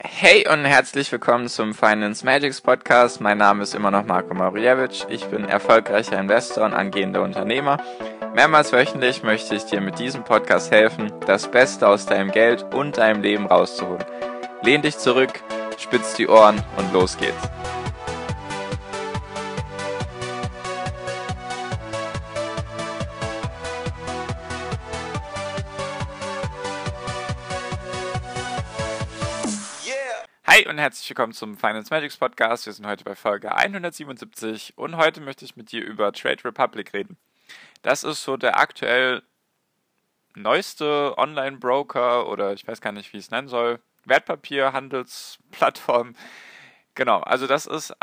Hey und herzlich willkommen zum Finance Magics Podcast. Mein Name ist immer noch Marco Marijewicz. Ich bin erfolgreicher Investor und angehender Unternehmer. Mehrmals wöchentlich möchte ich dir mit diesem Podcast helfen, das Beste aus deinem Geld und deinem Leben rauszuholen. Lehn dich zurück, spitz die Ohren und los geht's. Hi und herzlich willkommen zum Finance Magics Podcast. Wir sind heute bei Folge 177 und heute möchte ich mit dir über Trade Republic reden. Das ist so der aktuell neueste Online-Broker oder ich weiß gar nicht, wie ich es nennen soll, Wertpapierhandelsplattform. Genau, also das ist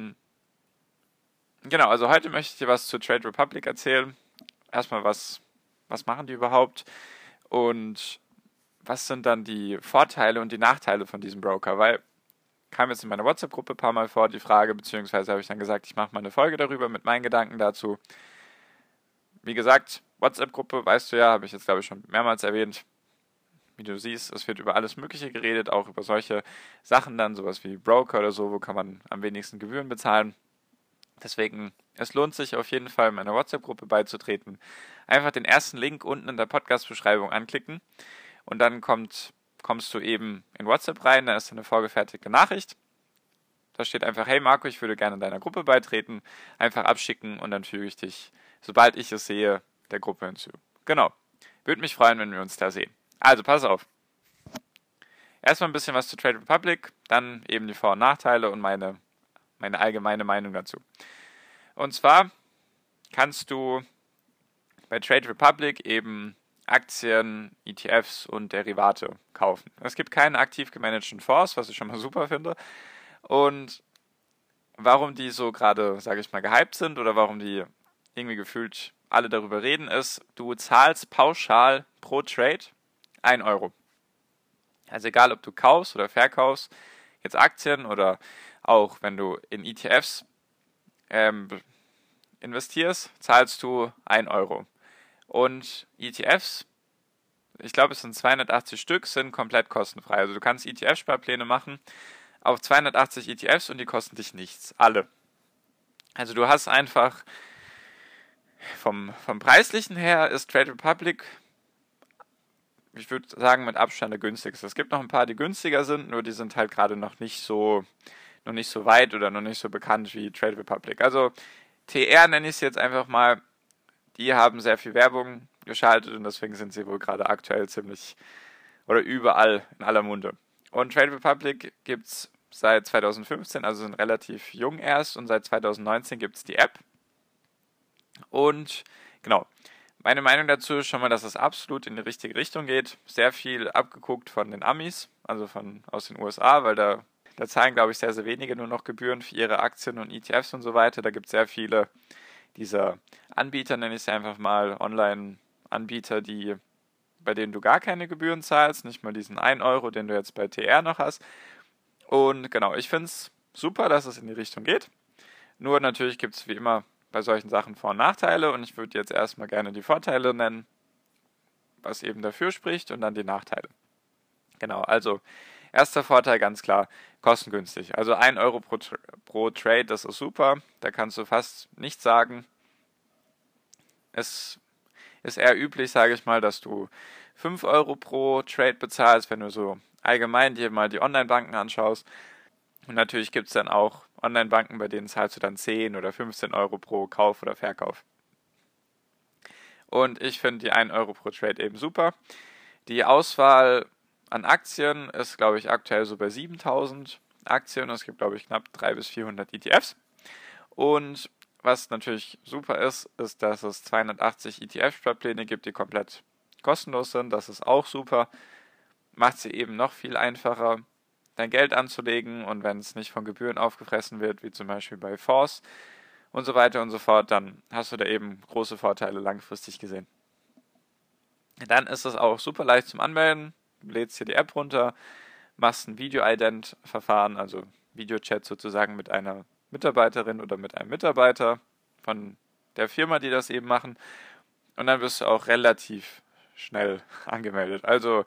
also heute möchte ich dir was zu Trade Republic erzählen. Erstmal, was machen die überhaupt und was sind dann die Vorteile und die Nachteile von diesem Broker, weil kam jetzt in meiner WhatsApp-Gruppe ein paar Mal vor, die Frage, beziehungsweise habe ich dann gesagt, ich mache mal eine Folge darüber mit meinen Gedanken dazu. Wie gesagt, WhatsApp-Gruppe, weißt du ja, habe ich jetzt glaube ich schon mehrmals erwähnt. Wie du siehst, es wird über alles Mögliche geredet, auch über solche Sachen dann, sowas wie Broker oder so, wo kann man am wenigsten Gebühren bezahlen. Deswegen, es lohnt sich auf jeden Fall, meiner WhatsApp-Gruppe beizutreten. Einfach den ersten Link unten in der Podcast-Beschreibung anklicken und dann kommst du eben in WhatsApp rein, da ist eine vorgefertigte Nachricht. Da steht einfach, hey Marco, ich würde gerne deiner Gruppe beitreten. Einfach abschicken und dann füge ich dich, sobald ich es sehe, der Gruppe hinzu. Genau. Würde mich freuen, wenn wir uns da sehen. Also, pass auf. Erstmal ein bisschen was zu Trade Republic, dann eben die Vor- und Nachteile und meine allgemeine Meinung dazu. Und zwar kannst du bei Trade Republic eben Aktien, ETFs und Derivate kaufen. Es gibt keinen aktiv gemanagten Fonds, was ich schon mal super finde. Und warum die so gerade, sage ich mal, gehypt sind oder warum die irgendwie gefühlt alle darüber reden, ist, du zahlst pauschal pro Trade 1 Euro. Also egal, ob du kaufst oder verkaufst, jetzt Aktien oder auch wenn du in ETFs investierst, zahlst du 1 Euro. Und ETFs, ich glaube es sind 280 Stück, sind komplett kostenfrei. Also du kannst ETF-Sparpläne machen auf 280 ETFs und die kosten dich nichts. Alle. Also du hast einfach vom Preislichen her ist Trade Republic, ich würde sagen, mit Abstand der günstigste. Es gibt noch ein paar, die günstiger sind, nur die sind halt gerade noch nicht so weit oder noch nicht so bekannt wie Trade Republic. Also TR nenne ich es jetzt einfach mal. Die haben sehr viel Werbung geschaltet und deswegen sind sie wohl gerade aktuell ziemlich oder überall in aller Munde. Und Trade Republic gibt es seit 2015, also sind relativ jung erst, und seit 2019 gibt es die App. Und genau, meine Meinung dazu ist schon mal, dass es absolut in die richtige Richtung geht. Sehr viel abgeguckt von den Amis, also aus den USA, weil da zahlen, glaube ich, sehr, sehr wenige nur noch Gebühren für ihre Aktien und ETFs und so weiter. Da gibt es sehr viele dieser Anbieter, nenne ich sie einfach mal, Online-Anbieter, bei denen du gar keine Gebühren zahlst, nicht mal diesen 1 Euro, den du jetzt bei TR noch hast. Und genau, ich finde es super, dass es in die Richtung geht. Nur natürlich gibt es wie immer bei solchen Sachen Vor- und Nachteile und ich würde jetzt erstmal gerne die Vorteile nennen, was eben dafür spricht und dann die Nachteile. Genau, also erster Vorteil ganz klar, kostengünstig. Also 1 Euro pro Trade, das ist super. Da kannst du fast nichts sagen. Es ist eher üblich, sage ich mal, dass du 5 Euro pro Trade bezahlst, wenn du so allgemein dir mal die Online-Banken anschaust. Und natürlich gibt es dann auch Online-Banken, bei denen zahlst du dann 10 oder 15 Euro pro Kauf oder Verkauf. Und ich finde die 1 Euro pro Trade eben super. Die Auswahl an Aktien ist, glaube ich, aktuell so bei 7000 Aktien. Es gibt, glaube ich, knapp 300 bis 400 ETFs. Und was natürlich super ist, dass es 280 ETF-Sparpläne gibt, die komplett kostenlos sind. Das ist auch super. Macht sie eben noch viel einfacher, dein Geld anzulegen, und wenn es nicht von Gebühren aufgefressen wird, wie zum Beispiel bei Fonds und so weiter und so fort, dann hast du da eben große Vorteile langfristig gesehen. Dann ist es auch super leicht zum Anmelden. Du lädst hier die App runter, machst ein Video-Ident-Verfahren, also Videochat sozusagen mit einer Mitarbeiterin oder mit einem Mitarbeiter von der Firma, die das eben machen. Und dann wirst du auch relativ schnell angemeldet. Also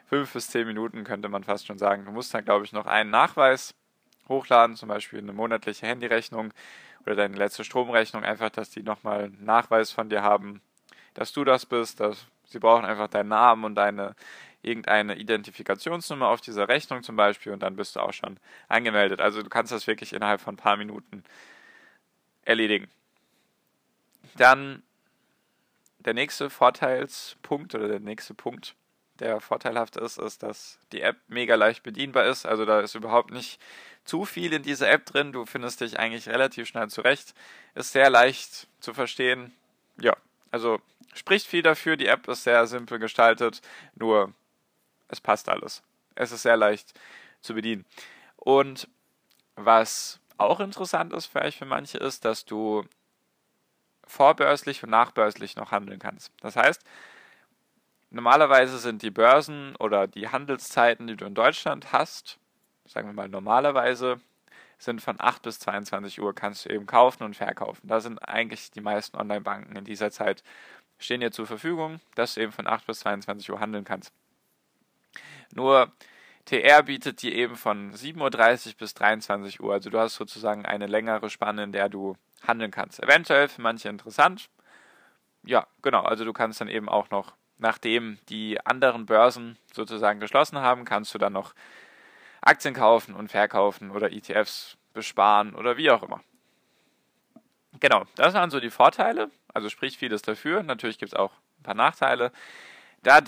5 bis 10 Minuten, könnte man fast schon sagen. Du musst dann, glaube ich, noch einen Nachweis hochladen, zum Beispiel eine monatliche Handyrechnung oder deine letzte Stromrechnung, einfach, dass die nochmal einen Nachweis von dir haben, dass du das bist. Sie brauchen einfach deinen Namen und irgendeine Identifikationsnummer auf dieser Rechnung zum Beispiel und dann bist du auch schon angemeldet. Also du kannst das wirklich innerhalb von ein paar Minuten erledigen. Dann der nächste Vorteilspunkt oder der nächste Punkt, der vorteilhaft ist, dass die App mega leicht bedienbar ist. Also da ist überhaupt nicht zu viel in dieser App drin. Du findest dich eigentlich relativ schnell zurecht. Ist sehr leicht zu verstehen. Ja, also spricht viel dafür. Die App ist sehr simpel gestaltet. Nur es passt alles. Es ist sehr leicht zu bedienen. Und was auch interessant ist vielleicht für manche ist, dass du vorbörslich und nachbörslich noch handeln kannst. Das heißt, normalerweise sind die Börsen oder die Handelszeiten, die du in Deutschland hast, sagen wir mal normalerweise, sind von 8 bis 22 Uhr kannst du eben kaufen und verkaufen. Da sind eigentlich die meisten Online-Banken in dieser Zeit, stehen dir zur Verfügung, dass du eben von 8 bis 22 Uhr handeln kannst. Nur TR bietet dir eben von 7:30 Uhr bis 23 Uhr, also du hast sozusagen eine längere Spanne, in der du handeln kannst. Eventuell für manche interessant. Ja, genau, also du kannst dann eben auch noch, nachdem die anderen Börsen sozusagen geschlossen haben, kannst du dann noch Aktien kaufen und verkaufen oder ETFs besparen oder wie auch immer. Genau, das waren so die Vorteile, also spricht vieles dafür. Natürlich gibt es auch ein paar Nachteile. Da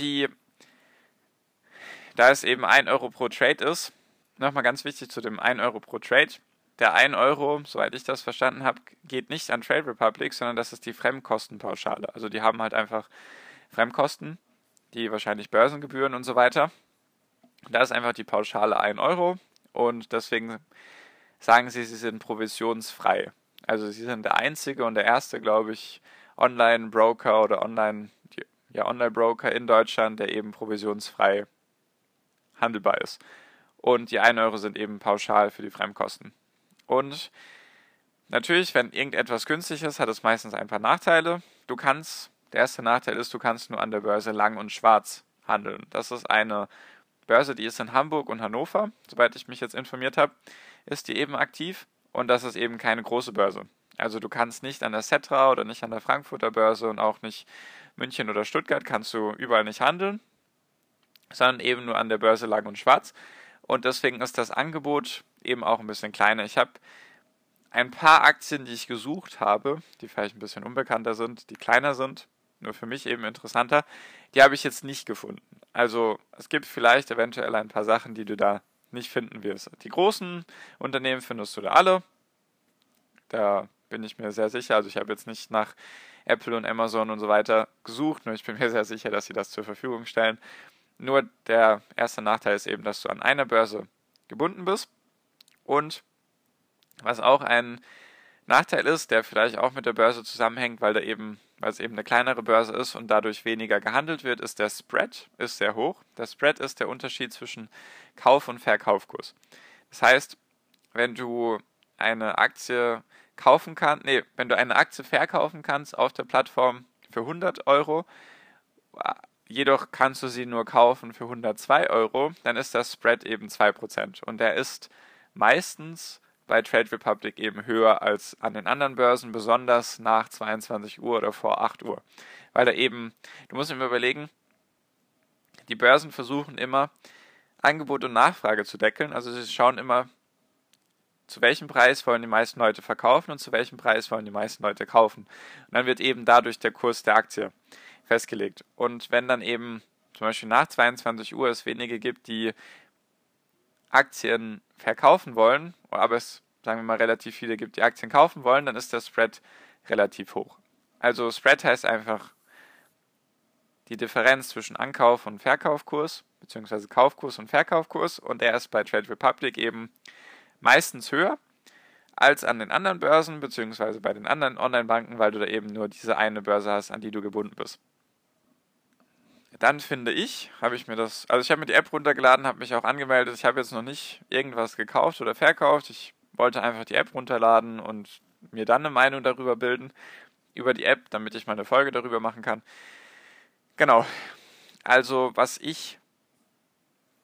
es eben 1 Euro pro Trade ist, nochmal ganz wichtig zu dem 1 Euro pro Trade. Der 1 Euro, soweit ich das verstanden habe, geht nicht an Trade Republic, sondern das ist die Fremdkostenpauschale. Also die haben halt einfach Fremdkosten, die wahrscheinlich Börsengebühren und so weiter. Da ist einfach die Pauschale 1 Euro und deswegen sagen sie sind provisionsfrei. Also sie sind der einzige und der erste, glaube ich, Online-Broker oder Online-Broker in Deutschland, der eben provisionsfrei handelbar ist. Und die 1 Euro sind eben pauschal für die Fremdkosten. Und natürlich, wenn irgendetwas günstig ist, hat es meistens ein paar Nachteile. Der erste Nachteil ist, du kannst nur an der Börse lang und schwarz handeln. Das ist eine Börse, die ist in Hamburg und Hannover, soweit ich mich jetzt informiert habe, ist die eben aktiv und das ist eben keine große Börse. Also du kannst nicht an der Xetra oder nicht an der Frankfurter Börse und auch nicht München oder Stuttgart kannst du überall nicht handeln, sondern eben nur an der Börse lang und schwarz. Und deswegen ist das Angebot eben auch ein bisschen kleiner. Ich habe ein paar Aktien, die ich gesucht habe, die vielleicht ein bisschen unbekannter sind, die kleiner sind, nur für mich eben interessanter, die habe ich jetzt nicht gefunden. Also es gibt vielleicht eventuell ein paar Sachen, die du da nicht finden wirst. Die großen Unternehmen findest du da alle. Da bin ich mir sehr sicher. Also ich habe jetzt nicht nach Apple und Amazon und so weiter gesucht, nur ich bin mir sehr sicher, dass sie das zur Verfügung stellen. Nur der erste Nachteil ist eben, dass du an einer Börse gebunden bist. Und was auch ein Nachteil ist, der vielleicht auch mit der Börse zusammenhängt, weil es eben eine kleinere Börse ist und dadurch weniger gehandelt wird, ist der Spread, ist sehr hoch. Der Spread ist der Unterschied zwischen Kauf- und Verkaufskurs. Das heißt, wenn du eine Aktie wenn du eine Aktie verkaufen kannst auf der Plattform für 100 Euro, jedoch kannst du sie nur kaufen für 102 Euro, dann ist das Spread eben 2%. Und der ist meistens bei Trade Republic eben höher als an den anderen Börsen, besonders nach 22 Uhr oder vor 8 Uhr. Weil du musst immer überlegen, die Börsen versuchen immer, Angebot und Nachfrage zu deckeln. Also sie schauen immer, zu welchem Preis wollen die meisten Leute verkaufen und zu welchem Preis wollen die meisten Leute kaufen. Und dann wird eben dadurch der Kurs der Aktie festgelegt. Und wenn dann eben zum Beispiel nach 22 Uhr es wenige gibt, die Aktien verkaufen wollen, aber es, sagen wir mal, relativ viele gibt, die Aktien kaufen wollen, dann ist der Spread relativ hoch. Also Spread heißt einfach die Differenz zwischen Ankauf- und Verkaufskurs, beziehungsweise Kaufkurs und Verkaufkurs, und der ist bei Trade Republic eben meistens höher als an den anderen Börsen, beziehungsweise bei den anderen Online-Banken, weil du da eben nur diese eine Börse hast, an die du gebunden bist. Dann finde ich, habe ich mir die App runtergeladen, habe mich auch angemeldet. Ich habe jetzt noch nicht irgendwas gekauft oder verkauft. Ich wollte einfach die App runterladen und mir dann eine Meinung darüber bilden, über die App, damit ich mal eine Folge darüber machen kann. Genau. Also, was ich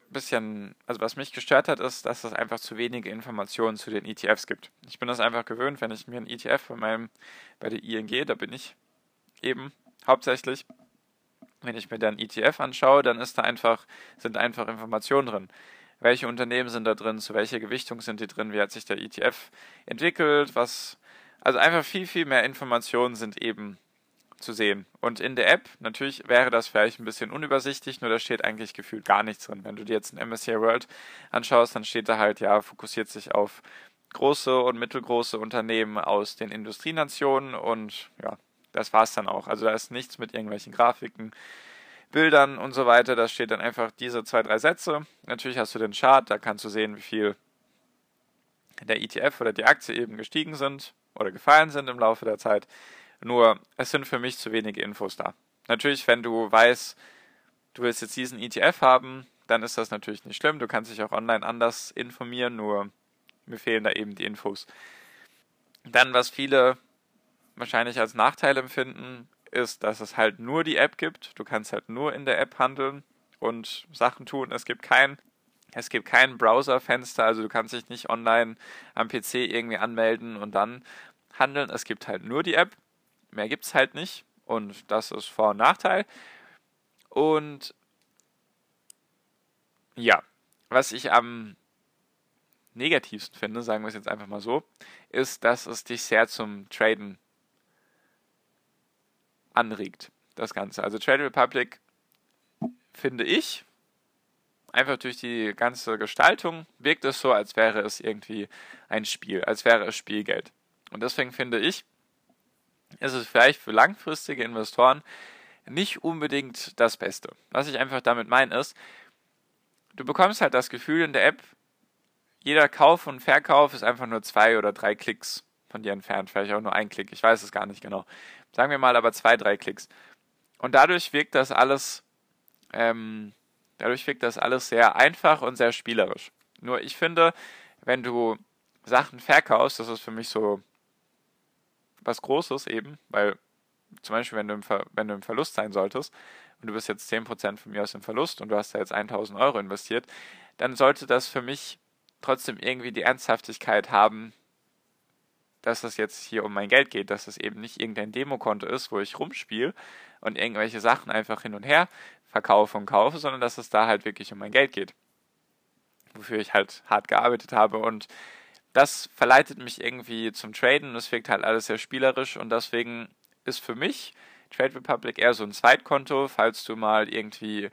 also was mich gestört hat, ist, dass es einfach zu wenige Informationen zu den ETFs gibt. Ich bin das einfach gewöhnt, wenn ich mir einen ETF bei der ING, da bin ich eben hauptsächlich, wenn ich mir dann ETF anschaue, dann sind einfach Informationen drin. Welche Unternehmen sind da drin, zu welcher Gewichtung sind die drin, wie hat sich der ETF entwickelt, also einfach viel, viel mehr Informationen sind eben zu sehen. Und in der App, natürlich wäre das vielleicht ein bisschen unübersichtlich, nur da steht eigentlich gefühlt gar nichts drin. Wenn du dir jetzt ein MSCI World anschaust, dann steht da halt, ja, fokussiert sich auf große und mittelgroße Unternehmen aus den Industrienationen und ja, das war's dann auch. Also da ist nichts mit irgendwelchen Grafiken, Bildern und so weiter. Da steht dann einfach diese 2, 3 Sätze. Natürlich hast du den Chart, da kannst du sehen, wie viel der ETF oder die Aktie eben gestiegen sind oder gefallen sind im Laufe der Zeit. Nur, es sind für mich zu wenige Infos da. Natürlich, wenn du weißt, du willst jetzt diesen ETF haben, dann ist das natürlich nicht schlimm. Du kannst dich auch online anders informieren, nur mir fehlen da eben die Infos. Dann, was viele wahrscheinlich als Nachteil empfinden, ist, dass es halt nur die App gibt. Du kannst halt nur in der App handeln und Sachen tun. Es gibt kein Browserfenster, also du kannst dich nicht online am PC irgendwie anmelden und dann handeln. Es gibt halt nur die App. Mehr gibt es halt nicht. Und das ist Vor- und Nachteil. Und ja, was ich am negativsten finde, sagen wir es jetzt einfach mal so, ist, dass es dich sehr zum Traden anregt, das Ganze. Also Trade Republic finde ich, einfach durch die ganze Gestaltung, wirkt es so, als wäre es irgendwie ein Spiel, als wäre es Spielgeld. Und deswegen finde ich, ist es vielleicht für langfristige Investoren nicht unbedingt das Beste. Was ich einfach damit meine ist, du bekommst halt das Gefühl in der App, jeder Kauf und Verkauf ist einfach nur 2 oder 3 Klicks von dir entfernt, vielleicht auch nur ein Klick, ich weiß es gar nicht genau. Sagen wir mal aber 2, 3 Klicks. Und dadurch wirkt das alles sehr einfach und sehr spielerisch. Nur ich finde, wenn du Sachen verkaufst, das ist für mich so was Großes eben, weil zum Beispiel, wenn du im Verlust sein solltest und du bist jetzt 10% von mir aus im Verlust und du hast da jetzt 1.000 Euro investiert, dann sollte das für mich trotzdem irgendwie die Ernsthaftigkeit haben, dass es jetzt hier um mein Geld geht, dass es eben nicht irgendein Demokonto ist, wo ich rumspiele und irgendwelche Sachen einfach hin und her verkaufe und kaufe, sondern dass es da halt wirklich um mein Geld geht, wofür ich halt hart gearbeitet habe und das verleitet mich irgendwie zum Traden. Es wirkt halt alles sehr spielerisch und deswegen ist für mich Trade Republic eher so ein Zweitkonto, falls du mal irgendwie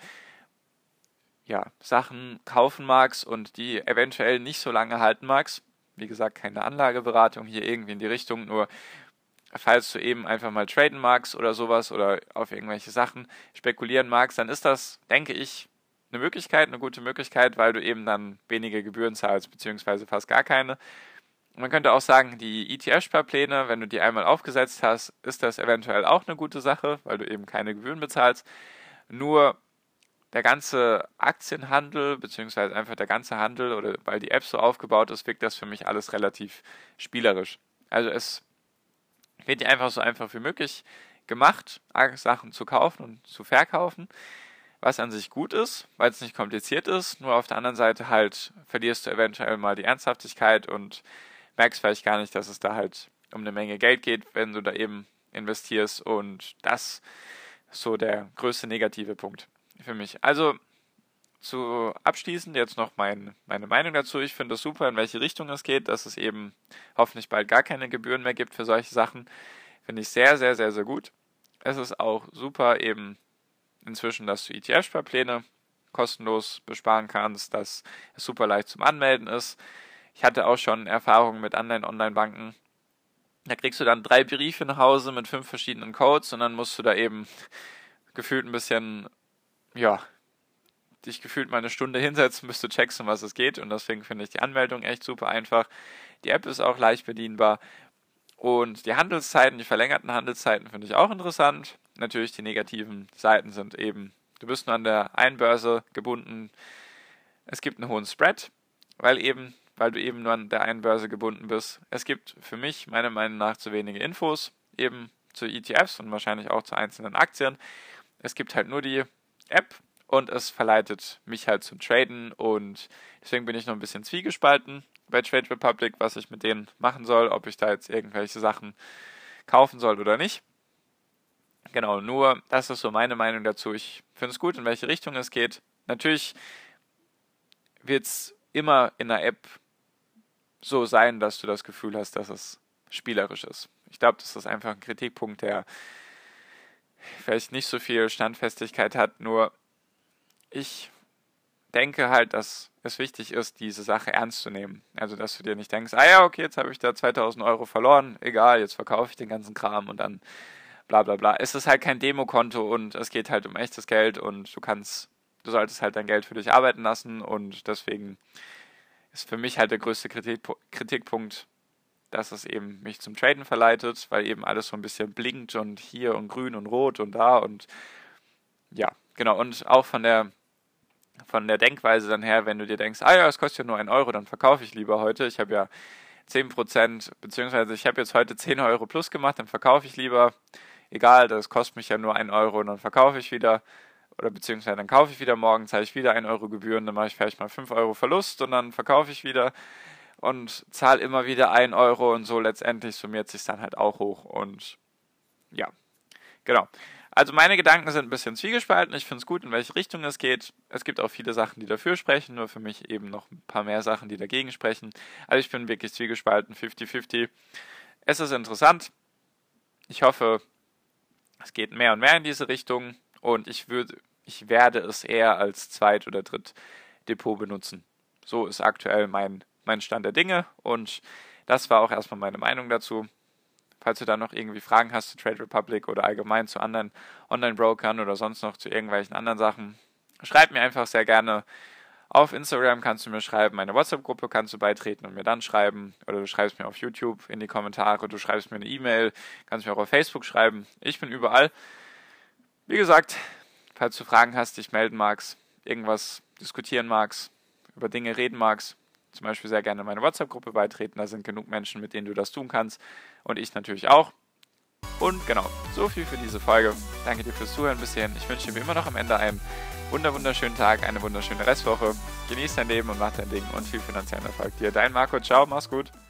ja, Sachen kaufen magst und die eventuell nicht so lange halten magst. Wie gesagt, keine Anlageberatung hier irgendwie in die Richtung, nur falls du eben einfach mal traden magst oder sowas oder auf irgendwelche Sachen spekulieren magst, dann ist das, denke ich, eine gute Möglichkeit, weil du eben dann weniger Gebühren zahlst, beziehungsweise fast gar keine. Man könnte auch sagen, die ETF-Sparpläne, wenn du die einmal aufgesetzt hast, ist das eventuell auch eine gute Sache, weil du eben keine Gebühren bezahlst. Nur der ganze Aktienhandel, beziehungsweise einfach der ganze Handel oder weil die App so aufgebaut ist, wirkt das für mich alles relativ spielerisch. Also es wird dir einfach so einfach wie möglich gemacht, Sachen zu kaufen und zu verkaufen, was an sich gut ist, weil es nicht kompliziert ist, nur auf der anderen Seite halt verlierst du eventuell mal die Ernsthaftigkeit und merkst vielleicht gar nicht, dass es da halt um eine Menge Geld geht, wenn du da eben investierst und das ist so der größte negative Punkt für mich. Also abschließend jetzt noch meine Meinung dazu. Ich finde es super, in welche Richtung es geht, dass es eben hoffentlich bald gar keine Gebühren mehr gibt für solche Sachen. Finde ich sehr, sehr, sehr, sehr gut. Es ist auch super eben inzwischen, dass du ETF-Sparpläne kostenlos besparen kannst, dass es super leicht zum Anmelden ist. Ich hatte auch schon Erfahrungen mit anderen Online-Banken. Da kriegst du dann 3 Briefe nach Hause mit 5 verschiedenen Codes und dann musst du da eben gefühlt ein bisschen, ja, dich gefühlt mal eine Stunde hinsetzen, bis du checkst, um was es geht. Und deswegen finde ich die Anmeldung echt super einfach. Die App ist auch leicht bedienbar. Und die Handelszeiten, die verlängerten Handelszeiten finde ich auch interessant. Natürlich die negativen Seiten sind eben, du bist nur an der einen Börse gebunden. Es gibt einen hohen Spread, weil du eben nur an der einen Börse gebunden bist. Es gibt für mich meiner Meinung nach zu wenige Infos, eben zu ETFs und wahrscheinlich auch zu einzelnen Aktien. Es gibt halt nur die App und es verleitet mich halt zum Traden und deswegen bin ich noch ein bisschen zwiegespalten bei Trade Republic, was ich mit denen machen soll, ob ich da jetzt irgendwelche Sachen kaufen soll oder nicht. Genau, nur das ist so meine Meinung dazu. Ich finde es gut, in welche Richtung es geht. Natürlich wird es immer in der App so sein, dass du das Gefühl hast, dass es spielerisch ist. Ich glaube, das ist einfach ein Kritikpunkt, der vielleicht nicht so viel Standfestigkeit hat, nur ich denke halt, dass es wichtig ist, diese Sache ernst zu nehmen. Also, dass du dir nicht denkst, ah ja, okay, jetzt habe ich da 2000 Euro verloren, egal, jetzt verkaufe ich den ganzen Kram und dann bla bla bla. Es ist halt kein Demokonto und es geht halt um echtes Geld und du solltest halt dein Geld für dich arbeiten lassen und deswegen ist für mich halt der größte Kritikpunkt, dass es eben mich zum Traden verleitet, weil eben alles so ein bisschen blinkt und hier und grün und rot und da und ja, genau. Und auch von der Denkweise dann her, wenn du dir denkst, ah ja, es kostet ja nur 1 Euro, dann verkaufe ich lieber heute. Ich habe ja 10%, beziehungsweise ich habe jetzt heute 10 Euro plus gemacht, dann verkaufe ich lieber. Egal, das kostet mich ja nur 1 Euro und dann verkaufe ich wieder. Oder beziehungsweise dann kaufe ich wieder morgen, zahle ich wieder 1 Euro Gebühren, dann mache ich vielleicht mal 5 Euro Verlust und dann verkaufe ich wieder und zahle immer wieder 1 Euro und so letztendlich summiert sich dann halt auch hoch und ja, genau. Also meine Gedanken sind ein bisschen zwiegespalten. Ich finde es gut, in welche Richtung es geht. Es gibt auch viele Sachen, die dafür sprechen, nur für mich eben noch ein paar mehr Sachen, die dagegen sprechen. Also ich bin wirklich zwiegespalten, 50-50. Es ist interessant. Ich hoffe, es geht mehr und mehr in diese Richtung und ich werde es eher als Zweit- oder Drittdepot benutzen. So ist aktuell mein Stand der Dinge und das war auch erstmal meine Meinung dazu. Falls du da noch irgendwie Fragen hast zu Trade Republic oder allgemein zu anderen Online-Brokern oder sonst noch zu irgendwelchen anderen Sachen, schreib mir einfach sehr gerne. Auf Instagram kannst du mir schreiben, meine WhatsApp-Gruppe kannst du beitreten und mir dann schreiben. Oder du schreibst mir auf YouTube in die Kommentare, du schreibst mir eine E-Mail, kannst mir auch auf Facebook schreiben. Ich bin überall. Wie gesagt, falls du Fragen hast, dich melden magst, irgendwas diskutieren magst, über Dinge reden magst, zum Beispiel sehr gerne meine WhatsApp-Gruppe beitreten. Da sind genug Menschen, mit denen du das tun kannst. Und ich natürlich auch. Und genau, so viel für diese Folge. Danke dir fürs Zuhören bis hierhin. Ich wünsche dir wie immer noch am Ende einen wunderschönen Tag, eine wunderschöne Restwoche. Genieß dein Leben und mach dein Ding und viel finanziellen Erfolg dir. Dein Marco, ciao, mach's gut.